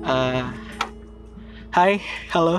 Eh, Hai, halo.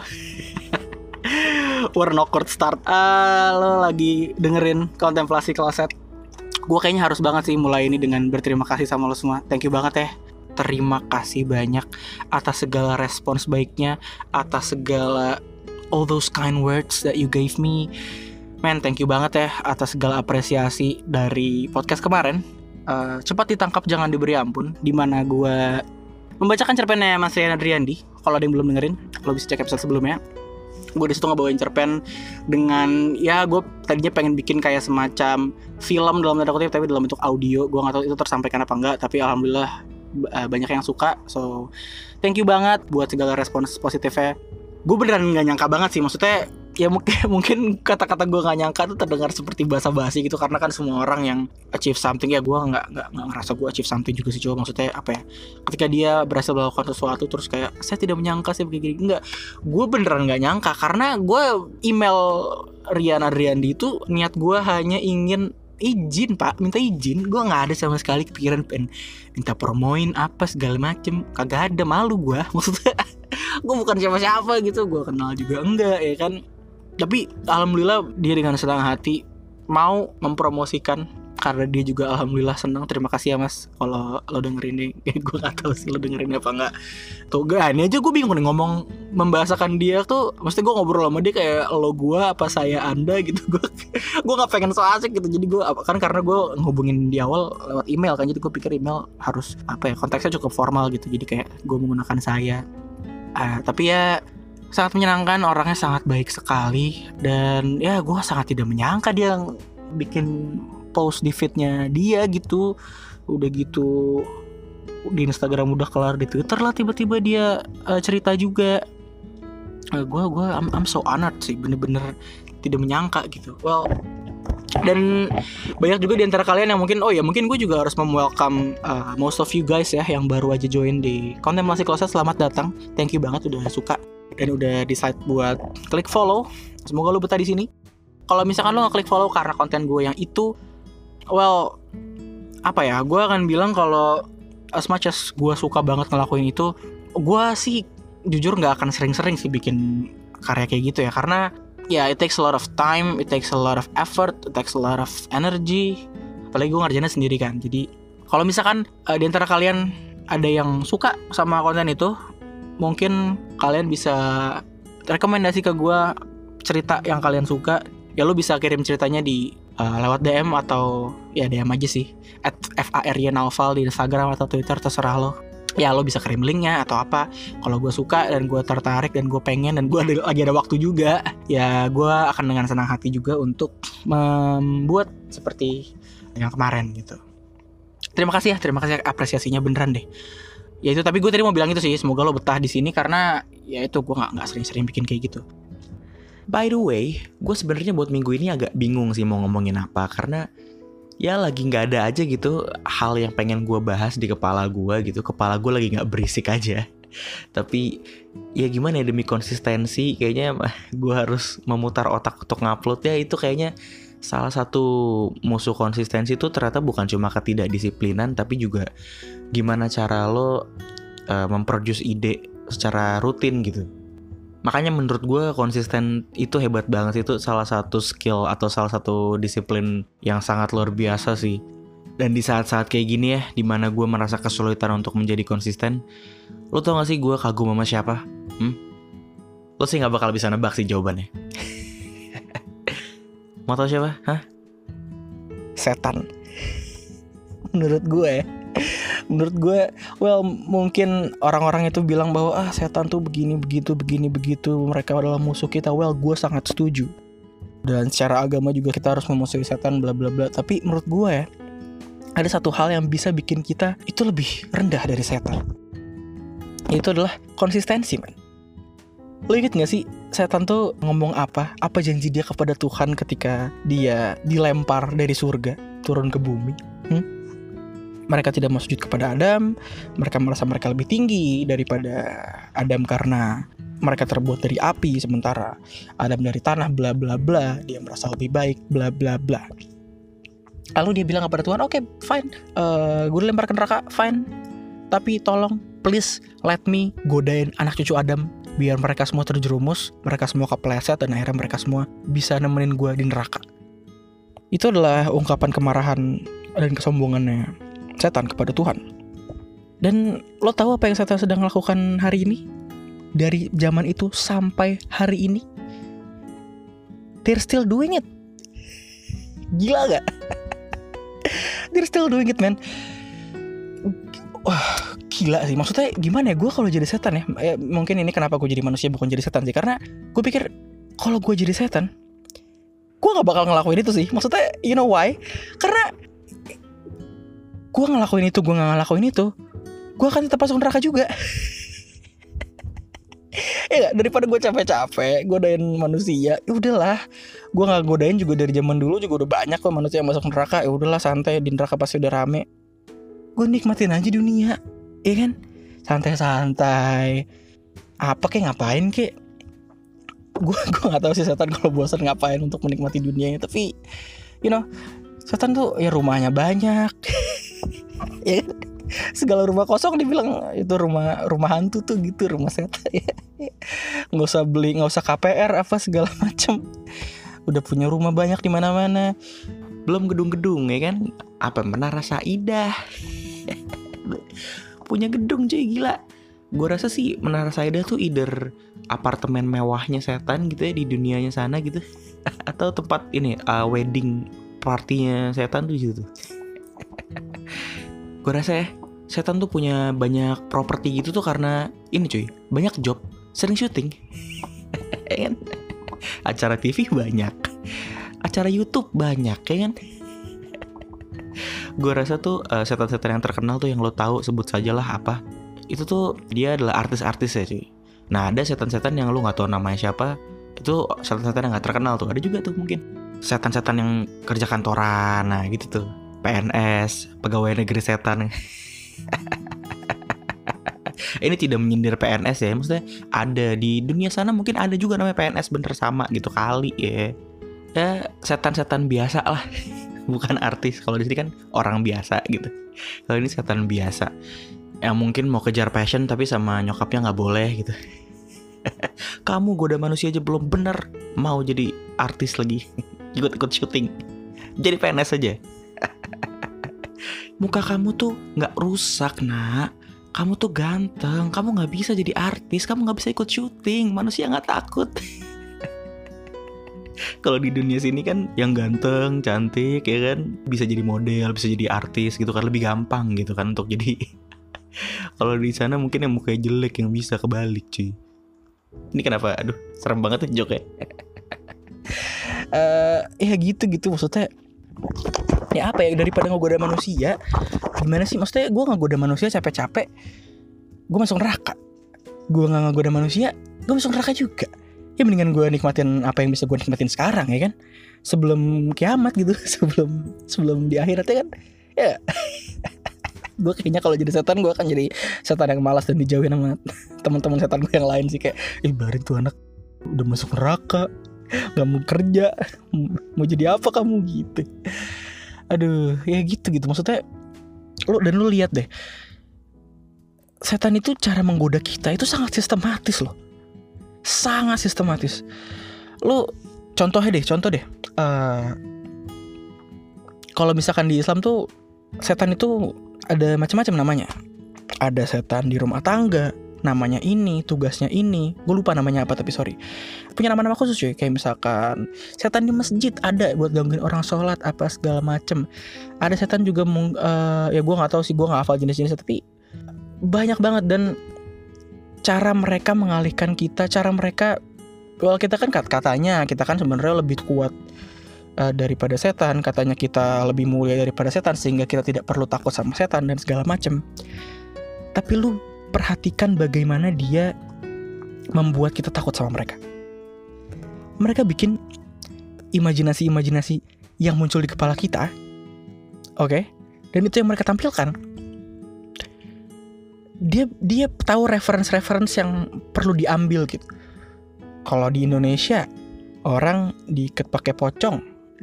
We're an awkward start. Lo lagi dengerin Kontemplasi Kloset. Gue kayaknya harus banget sih mulai ini dengan berterima kasih sama lo semua. Thank you banget ya. Terima kasih banyak atas segala respons baiknya, atas segala all those kind words that you gave me. Man, thank you banget ya atas segala apresiasi dari podcast kemarin. Cepat ditangkap jangan diberi ampun, dimana gue membacakan cerpennya Mas Rian Adriandi. Kalau ada yang belum dengerin, lo bisa cek episode sebelumnya. Gue disitu ngebawain cerpen dengan, ya gue tadinya pengen bikin kayak semacam film dalam tanda kutip, tapi dalam bentuk audio. Gue nggak tahu itu tersampaikan apa enggak, tapi alhamdulillah banyak yang suka. So thank you banget buat segala respons positifnya. Gue beneran nggak nyangka banget sih, maksudnya ya mungkin kata-kata gue nggak nyangka tuh terdengar seperti basa-basi gitu, karena kan semua orang yang achieve something, ya gue nggak ngerasa gue achieve something juga sih, coba maksudnya apa ya, ketika dia berhasil melakukan sesuatu terus kayak saya tidak menyangka sih begini, enggak, gue beneran nggak nyangka, karena gue email Rian Adriandi itu niat gue hanya ingin izin pak, minta izin. Gue nggak ada sama sekali kepikiran pengen minta promoin apa segala macem, kagak ada, malu gue maksudnya. Gue bukan siapa-siapa gitu, gue kenal juga enggak ya kan. Tapi alhamdulillah dia dengan senang hati mau mempromosikan, karena dia juga alhamdulillah senang. Terima kasih ya mas kalau lo dengerin ini. Gue gak tahu sih lo dengerin apa enggak. Tuh gak, ini aja gue bingung nih ngomong membahasakan dia tuh. Maksudnya gue ngobrol sama dia kayak lo gue apa saya anda gitu. Gue gak pengen so asik gitu. Jadi gue kan karena gue ngehubungin di awal lewat email kan, jadi gue pikir email harus apa ya, konteksnya cukup formal gitu. Jadi kayak gue menggunakan saya. Tapi ya sangat menyenangkan, orangnya sangat baik sekali. Dan ya gue sangat tidak menyangka dia bikin post di feednya dia gitu. Udah gitu di Instagram udah kelar, di Twitter lah tiba-tiba dia cerita juga. I'm so honored sih, bener-bener tidak menyangka gitu. Well, dan banyak juga di antara kalian yang mungkin gue juga harus welcome most of you guys ya yang baru aja join di Kontemplasi Kloset. Selamat datang, thank you banget udah suka dan udah decide buat klik follow. Semoga lo betah di sini. Kalau misalkan lo nggak klik follow karena konten gue yang itu, well, apa ya, gue akan bilang kalau as much as gue suka banget ngelakuin itu, gue sih jujur nggak akan sering-sering sih bikin karya kayak gitu ya, karena ya it takes a lot of time, it takes a lot of effort, it takes a lot of energy. Apalagi gue ngerjainnya sendiri kan. Jadi kalau misalkan di antara kalian ada yang suka sama konten itu, mungkin kalian bisa rekomendasi ke gue cerita yang kalian suka. Ya lo bisa kirim ceritanya di lewat DM atau ya DM aja sih @FARYNaufal di Instagram atau Twitter, terserah lo. Ya lo bisa kirim linknya atau apa. Kalau gue suka dan gue tertarik dan gue pengen dan gue lagi ada waktu juga, ya gue akan dengan senang hati juga untuk membuat seperti yang kemarin gitu. Terima kasih apresiasinya beneran deh. Ya itu, tapi gue tadi mau bilang itu sih, semoga lo betah di sini karena ya itu gue nggak sering-sering bikin kayak gitu. By the way, gue sebenarnya buat minggu ini agak bingung sih mau ngomongin apa, karena ya lagi nggak ada aja gitu hal yang pengen gue bahas di kepala gue gitu. Kepala gue lagi nggak berisik aja. Tapi ya gimana ya, demi konsistensi kayaknya gue harus memutar otak untuk ngupload. Ya itu kayaknya salah satu musuh konsistensi itu ternyata bukan cuma ketidakdisiplinan, tapi juga gimana cara lo memproduce ide secara rutin gitu. Makanya menurut gue konsisten itu hebat banget, itu salah satu skill atau salah satu disiplin yang sangat luar biasa sih. Dan di saat-saat kayak gini ya, dimana gue merasa kesulitan untuk menjadi konsisten, lo tau gak sih gue kagum sama siapa? Lo sih gak bakal bisa nebak sih jawabannya. Mau tau siapa? Hah? Setan. Menurut gue, well, mungkin orang-orang itu bilang bahwa setan tuh begini begitu, mereka adalah musuh kita. Well, gue sangat setuju. Dan secara agama juga kita harus memusuhi setan, bla bla bla. Tapi menurut gue ya, ada satu hal yang bisa bikin kita itu lebih rendah dari setan. Itu adalah konsistensi, man. Lo inget gak sih setan tuh ngomong apa janji dia kepada Tuhan ketika dia dilempar dari surga turun ke bumi? Mereka tidak mau sujud kepada Adam. Mereka merasa mereka lebih tinggi daripada Adam karena mereka terbuat dari api, sementara Adam dari tanah, bla bla bla. Dia merasa lebih baik, bla bla bla. Lalu dia bilang kepada Tuhan, oke, fine, gue dilempar ke neraka, fine, tapi tolong please let me godain anak cucu Adam, biar mereka semua terjerumus, mereka semua kepleset, dan akhirnya mereka semua bisa nemenin gue di neraka. Itu adalah ungkapan kemarahan dan kesombongannya setan kepada Tuhan. Dan lo tahu apa yang setan sedang lakukan hari ini? Dari zaman itu sampai hari ini, they're still doing it. Gila gak? They're still doing it, man. Wah, gila sih. Maksudnya gimana ya, gue kalau jadi setan ya, mungkin ini kenapa gue jadi manusia bukan jadi setan sih. Karena gue pikir kalau gue jadi setan, gue gak bakal ngelakuin itu sih. Maksudnya you know why? Karena gue ngelakuin itu, gue gak ngelakuin itu, gue akan tetap masuk neraka juga. Ya gak? Daripada gue capek-capek godain manusia, ya udahlah. Gue gak godain juga dari zaman dulu juga udah banyak kok manusia yang masuk neraka. Ya udahlah, santai, di neraka pasti udah rame. Gue nikmatin aja dunia, ya kan? Santai-santai. Apa kayak ngapain kayak? Gue gak tahu sih setan kalau bosan ngapain untuk menikmati dunianya. Tapi you know, setan tuh ya rumahnya banyak. Ya kan? Segala rumah kosong dibilang itu rumah hantu tuh gitu, rumah setan ya. Nggak usah beli, nggak usah KPR apa segala macam. Udah punya rumah banyak di mana-mana. Belum gedung-gedung ya kan? Apa Menara Saidah? Punya gedung cuy, gila. Gue rasa sih Menara Saidah tuh either apartemen mewahnya setan gitu ya di dunianya sana gitu, atau tempat ini wedding partinya setan tuh gitu. Gue rasa ya setan tuh punya banyak properti gitu tuh karena ini cuy, banyak job, sering syuting. Kan? Acara TV banyak, acara YouTube banyak, ya kan? Gue rasa tuh setan-setan yang terkenal tuh yang lo tahu, sebut sajalah apa, itu tuh dia adalah artis-artis ya cuy. Nah ada setan-setan yang lo nggak tahu namanya siapa, itu setan-setan yang nggak terkenal tuh, ada juga tuh mungkin setan-setan yang kerja kantoran, nah gitu tuh, PNS, pegawai negeri setan. Ini tidak menyindir PNS ya, maksudnya ada di dunia sana mungkin ada juga namanya PNS bener sama gitu kali ya. Ya setan-setan biasa lah. Bukan artis, kalau di sini kan orang biasa gitu. Kalau ini setan biasa yang mungkin mau kejar passion tapi sama nyokapnya nggak boleh gitu. Kamu goda manusia aja belum bener, mau jadi artis lagi, ikut syuting, jadi PNS aja. Muka kamu tuh nggak rusak nak, kamu tuh ganteng, kamu nggak bisa jadi artis, kamu nggak bisa ikut syuting, manusia nggak takut. Kalau di dunia sini kan yang ganteng, cantik ya kan bisa jadi model, bisa jadi artis gitu kan, lebih gampang gitu kan untuk jadi. Kalau di sana mungkin yang mukanya jelek yang bisa kebalik cuy. Ini kenapa? Aduh, serem banget tuh joke-nya. Ya gitu maksudnya. Ya apa ya, daripada ngegoda manusia, gimana sih? Maksudnya gue ngegoda manusia capek-capek, gue masuk neraka. Gue gak ngegoda manusia, gue masuk neraka juga. Ya mendingan gue nikmatin apa yang bisa gue nikmatin sekarang ya kan, sebelum kiamat gitu. Sebelum di akhirat ya kan. Ya gue kayaknya kalau jadi setan, gue akan jadi setan yang malas dan dijauhin sama teman-teman setan gue yang lain sih. Kayak barin tuh anak udah masuk neraka, gak mau kerja, mau jadi apa kamu gitu. Aduh, ya gitu maksudnya. Lu lihat deh, setan itu cara menggoda kita itu sangat sistematis loh. Sangat sistematis. Lu contoh deh. Kalau misalkan di Islam tuh setan itu ada macam-macam namanya. Ada setan di rumah tangga, namanya ini, tugasnya ini. Gue lupa namanya apa tapi sorry. Punya nama-nama khusus cuy. Kayak misalkan setan di masjid ada buat gangguin orang sholat apa segala macem. Ada setan juga ya gue nggak tahu sih, gue nggak hafal jenis-jenisnya, tapi banyak banget. Dan cara mereka mengalihkan kita, cara mereka, well kita kan katanya kita kan sebenarnya lebih kuat daripada setan, katanya kita lebih mulia daripada setan sehingga kita tidak perlu takut sama setan dan segala macem. Tapi lu perhatikan bagaimana dia membuat kita takut sama mereka. Mereka bikin imajinasi yang muncul di kepala kita, oke? Dan itu yang mereka tampilkan. Dia tahu reference yang perlu diambil gitu. Kalau di Indonesia orang diikat pakai pocong,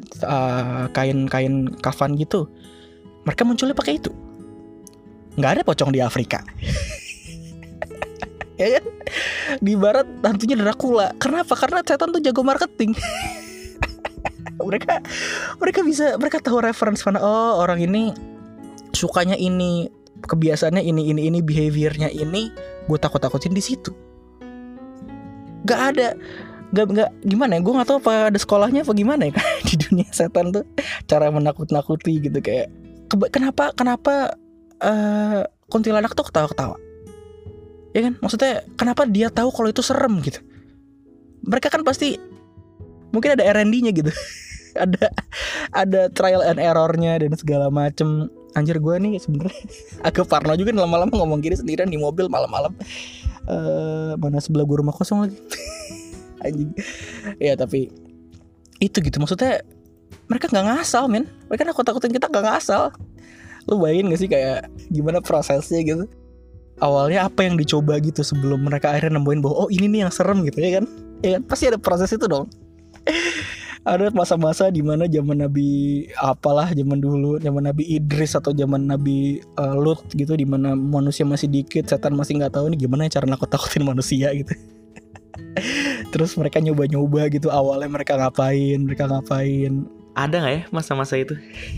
kain kafan gitu, mereka munculnya pakai itu. Nggak ada pocong di Afrika. Ya kan? Di barat hantunya Dracula. Kenapa? Karena setan tuh jago marketing. mereka tahu reference mana. Oh, orang ini sukanya ini, kebiasaannya ini, behaviornya ini, gue takut-takutin di situ. Gak gimana ya, gue gak tahu apa ada sekolahnya apa gimana ya di dunia setan tuh cara menakut-nakuti gitu. Kayak kenapa kuntilanak tuh ketawa-ketawa, ya kan? Maksudnya kenapa dia tahu kalau itu serem gitu? Mereka kan pasti mungkin ada R&D-nya gitu. ada trial and error-nya dan segala macem. Anjir, gue nih sebenarnya agak parno juga lama-lama ngomong gini sendirian di mobil malam-malam. Mana sebelah gue rumah kosong lagi. Anjing. Ya tapi itu gitu, maksudnya mereka nggak ngasal, men. Mereka nakut-takutin kita nggak ngasal. Lu bayangin gak sih kayak gimana prosesnya gitu? Awalnya apa yang dicoba gitu sebelum mereka akhirnya nemuin bahwa oh ini nih yang serem gitu, ya kan? Ya kan? Pasti ada proses itu dong. Ada masa-masa di mana zaman Nabi apalah, zaman dulu, zaman Nabi Idris atau zaman Nabi Lut gitu, di mana manusia masih dikit, setan masih nggak tahu nih gimana cara nakut-takutin manusia gitu. Terus mereka nyoba-nyoba gitu, awalnya mereka ngapain. Ada nggak ya masa-masa itu?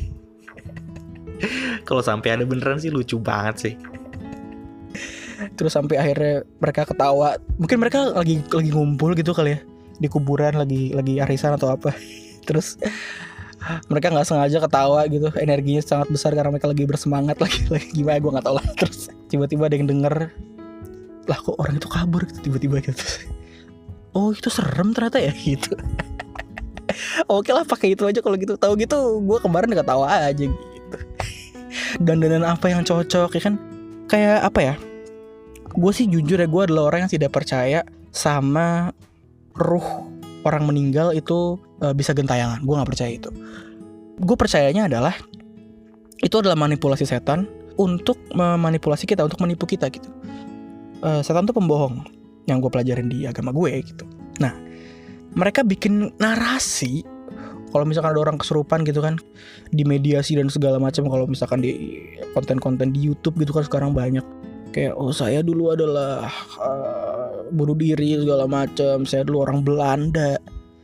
Kalau sampai ada beneran sih lucu banget sih. Terus sampai akhirnya mereka ketawa. Mungkin mereka lagi ngumpul gitu kali ya, di kuburan lagi arisan atau apa. Terus mereka nggak sengaja ketawa gitu, energinya sangat besar karena mereka lagi bersemangat, lagi gimana gue nggak tahu lah. Terus tiba-tiba ada yang denger, lah kok orang itu kabur gitu, tiba-tiba gitu. Oh itu serem ternyata ya gitu. Oke lah, pakai itu aja kalau gitu. Tahu gitu gue kemarin ketawa aja gitu. Dandanan apa yang cocok, ya kan? Kayak apa ya, gue sih jujur ya, gue adalah orang yang tidak percaya sama ruh orang meninggal itu bisa gentayangan. Gue gak percaya itu. Gue percayanya adalah itu adalah manipulasi setan untuk memanipulasi kita, untuk menipu kita gitu. Setan tuh pembohong, yang gue pelajarin di agama gue gitu. Nah, mereka bikin narasi. Kalau misalkan ada orang kesurupan gitu kan, dimediasi dan segala macam. Kalau misalkan di konten-konten di YouTube gitu kan sekarang banyak. Kayak oh saya dulu adalah bunuh diri segala macam, saya dulu orang Belanda.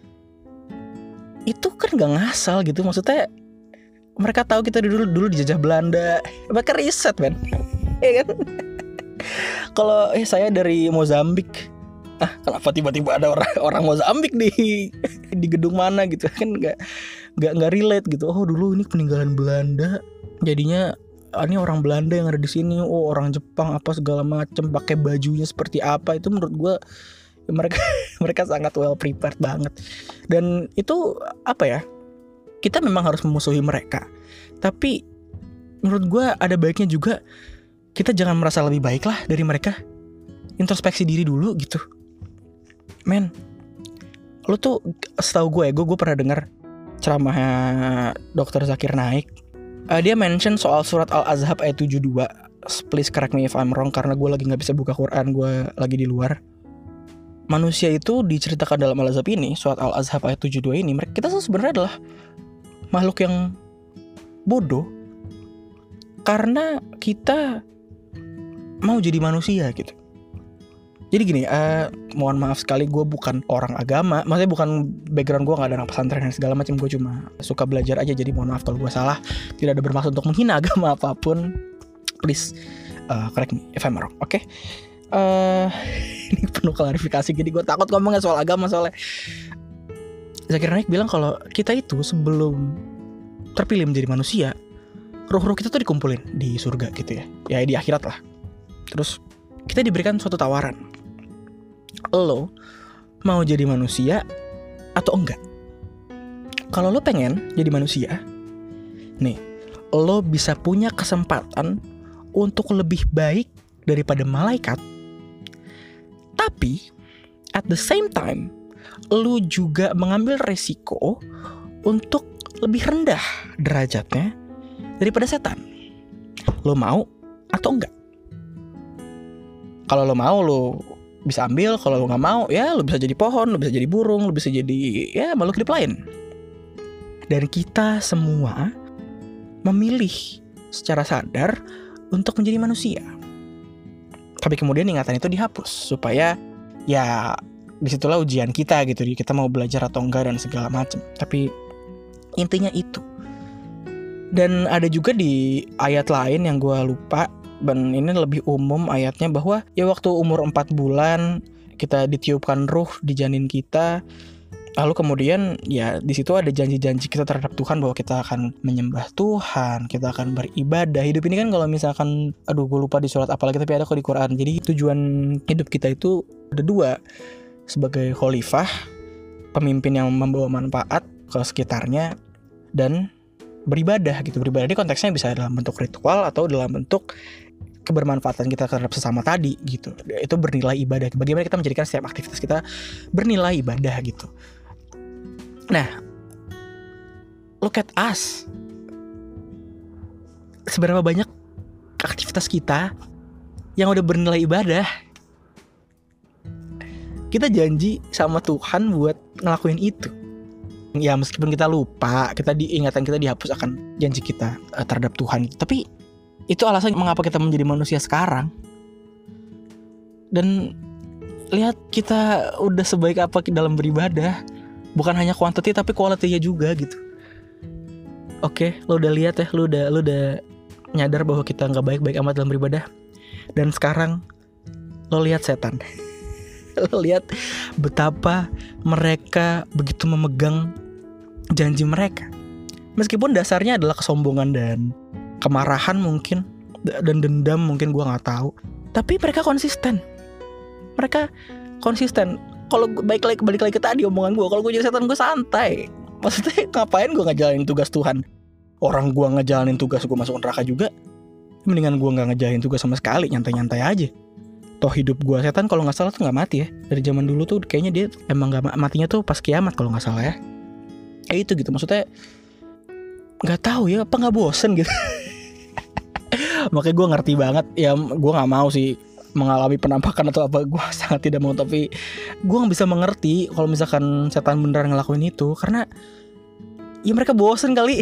Itu kan gak ngasal gitu, maksudnya mereka tahu kita dulu dijajah Belanda. Mereka riset, men. Iya kan? Kalau saya dari Mozambik. Kenapa tiba-tiba ada orang Mozambik di gedung mana gitu kan? Nggak relate gitu. Oh dulu ini peninggalan Belanda, jadinya ini orang Belanda yang ada di sini. Oh orang Jepang apa segala macam, pakai bajunya seperti apa. Itu menurut gue mereka sangat well prepared banget. Dan itu apa ya, kita memang harus memusuhi mereka, tapi menurut gue ada baiknya juga kita jangan merasa lebih baik lah dari mereka. Introspeksi diri dulu gitu, men. Lu tuh setahu gue pernah dengar ceramah Dr. Zakir Naik. Dia mention soal surat Al-Azhab ayat 72. Please correct me if I'm wrong, karena gue lagi gak bisa buka Quran, gue lagi di luar. Manusia itu diceritakan dalam Al-Azhab ini, surat Al-Azhab ayat 72 ini, kita sebenarnya adalah makhluk yang bodoh karena kita mau jadi manusia gitu. Jadi gini, mohon maaf sekali, gue bukan orang agama. Maksudnya bukan, background gue gak ada anak pesantren dan segala macam. Gue cuma suka belajar aja. Jadi mohon maaf kalau gue salah. Tidak ada bermaksud untuk menghina agama apapun. Please correct me if I'm wrong. Oke? Ini penuh klarifikasi. Jadi gue takut ngomongnya soal agama soalnya. Zakir Naik bilang kalau kita itu sebelum terpilih menjadi manusia, ruh-ruh kita tuh dikumpulin di surga gitu ya. Ya di akhirat lah. Terus kita diberikan suatu tawaran. Lo mau jadi manusia atau enggak? Kalau lo pengen jadi manusia, nih, lo bisa punya kesempatan untuk lebih baik daripada malaikat. Tapi at the same time, lo juga mengambil resiko untuk lebih rendah derajatnya daripada setan. Lo mau atau enggak? Kalau lo mau, lo bisa ambil. Kalau lo gak mau, ya lo bisa jadi pohon, lo bisa jadi burung, lo bisa jadi ya makhluk hidup lain. Dan kita semua memilih secara sadar untuk menjadi manusia. Tapi kemudian ingatan itu dihapus supaya ya disitulah ujian kita gitu, kita mau belajar atau enggak dan segala macam. Tapi intinya itu. Dan ada juga di ayat lain yang gue lupa, dan ini lebih umum ayatnya, bahwa ya waktu umur 4 bulan kita ditiupkan ruh di janin kita. Lalu kemudian ya di situ ada janji-janji kita terhadap Tuhan bahwa kita akan menyembah Tuhan, kita akan beribadah. Hidup ini kan kalau misalkan, gue lupa di surat apa lagi, tapi ada kok di Quran. Jadi tujuan hidup kita itu ada 2, sebagai khalifah, pemimpin yang membawa manfaat ke sekitarnya, dan beribadah gitu. Beribadah ini konteksnya bisa dalam bentuk ritual atau dalam bentuk kebermanfaatan kita terhadap sesama tadi gitu. Itu bernilai ibadah. Bagaimana kita menjadikan setiap aktivitas kita bernilai ibadah gitu. Nah, look at us. Seberapa banyak aktivitas kita yang udah bernilai ibadah. Kita janji sama Tuhan buat ngelakuin itu. Ya meskipun kita lupa, ingatan kita dihapus akan janji kita terhadap Tuhan. Tapi itu alasan mengapa kita menjadi manusia sekarang. Dan lihat kita udah sebaik apa dalam beribadah. Bukan hanya quantity tapi quality-nya juga gitu. Oke, lo udah lihat ya, lo udah nyadar bahwa kita nggak baik-baik amat dalam beribadah. Dan sekarang lo lihat setan. Lo lihat betapa mereka begitu memegang janji mereka. Meskipun dasarnya adalah kesombongan dan kemarahan mungkin, dan dendam mungkin, gue nggak tahu. Tapi mereka konsisten. Kalau balik lagi ke tadi omongan gue, kalau gue jadi setan gue santai. Maksudnya ngapain gue ngejalanin tugas Tuhan? Orang gue ngejalanin tugas gue masuk neraka juga. Mendingan gue nggak ngejalanin tugas sama sekali, nyantai-nyantai aja. Toh hidup gue, setan kalau nggak salah tuh nggak mati ya. Dari zaman dulu tuh kayaknya dia emang nggak matinya tuh pas kiamat kalau nggak salah ya. Itu gitu, maksudnya nggak tahu ya, apa nggak bosen gitu. Makanya gue ngerti banget ya, gue nggak mau sih mengalami penampakan atau apa, gue sangat tidak mau. Tapi gue nggak bisa mengerti kalau misalkan setan beneran ngelakuin itu, karena ya mereka bosen kali.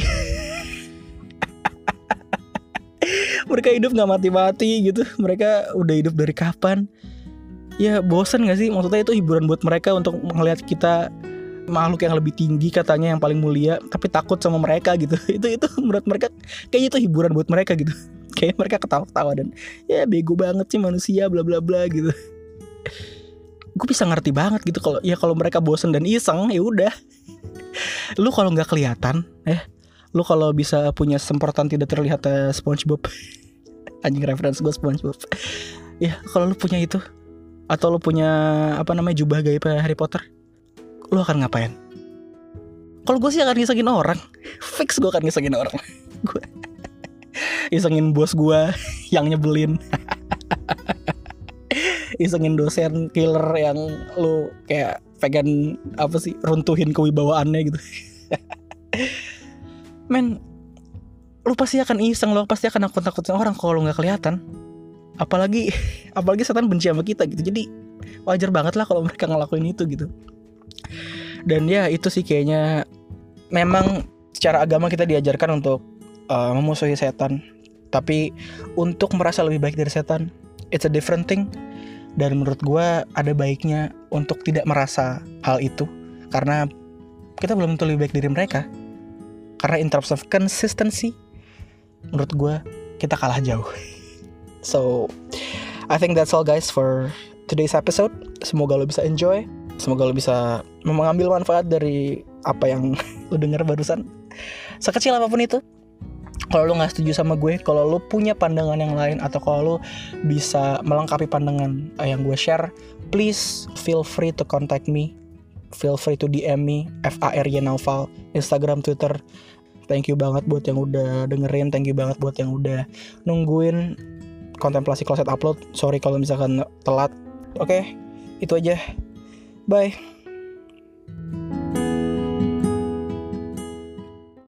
Mereka hidup nggak mati-mati gitu, mereka udah hidup dari kapan? Ya bosen nggak sih? Maksudnya itu hiburan buat mereka untuk melihat kita makhluk yang lebih tinggi katanya, yang paling mulia, tapi takut sama mereka gitu. Itu menurut mereka kayaknya itu hiburan buat mereka gitu. Kayak mereka ketawa-ketawa dan ya bego banget sih manusia bla bla bla gitu. Gue bisa ngerti banget gitu kalau mereka bosen dan iseng, ya udah. Lu kalau nggak kelihatan, lu kalau bisa punya semprotan tidak terlihat SpongeBob. Anjing, referensi gue SpongeBob. Ya kalau lu punya itu, atau lu punya jubah gaib Harry Potter, lu akan ngapain? Kalau gue sih akan ngisengin orang. Fix gue akan ngisengin orang. Gue isengin bos gue yang nyebelin. Isengin dosen killer yang lu kayak pengen runtuhin kewibawaannya gitu. Men, lu pasti akan iseng, lu pasti akan nakut-nakutin orang kalau lu gak kelihatan. Apalagi setan benci sama kita gitu. Jadi wajar banget lah kalau mereka ngelakuin itu gitu. Dan ya itu sih kayaknya memang secara agama kita diajarkan untuk memusuhi setan. Tapi untuk merasa lebih baik dari setan, it's a different thing. Dan menurut gue ada baiknya untuk tidak merasa hal itu, karena kita belum tentu lebih baik dari mereka. Karena in terms of consistency, menurut gue kita kalah jauh. So I think that's all guys for today's episode. Semoga lo bisa enjoy, semoga lo bisa mengambil manfaat dari apa yang lo dengar barusan, sekecil apapun itu. Kalau lo gak setuju sama gue, kalau lo punya pandangan yang lain, atau kalau lo bisa melengkapi pandangan yang gue share, please feel free to contact me. Feel free to DM me, FARY Naufal, Instagram, Twitter. Thank you banget buat yang udah dengerin. Thank you banget buat yang udah nungguin Kontemplasi Kloset upload. Sorry kalau misalkan telat. Oke, itu aja. Bye.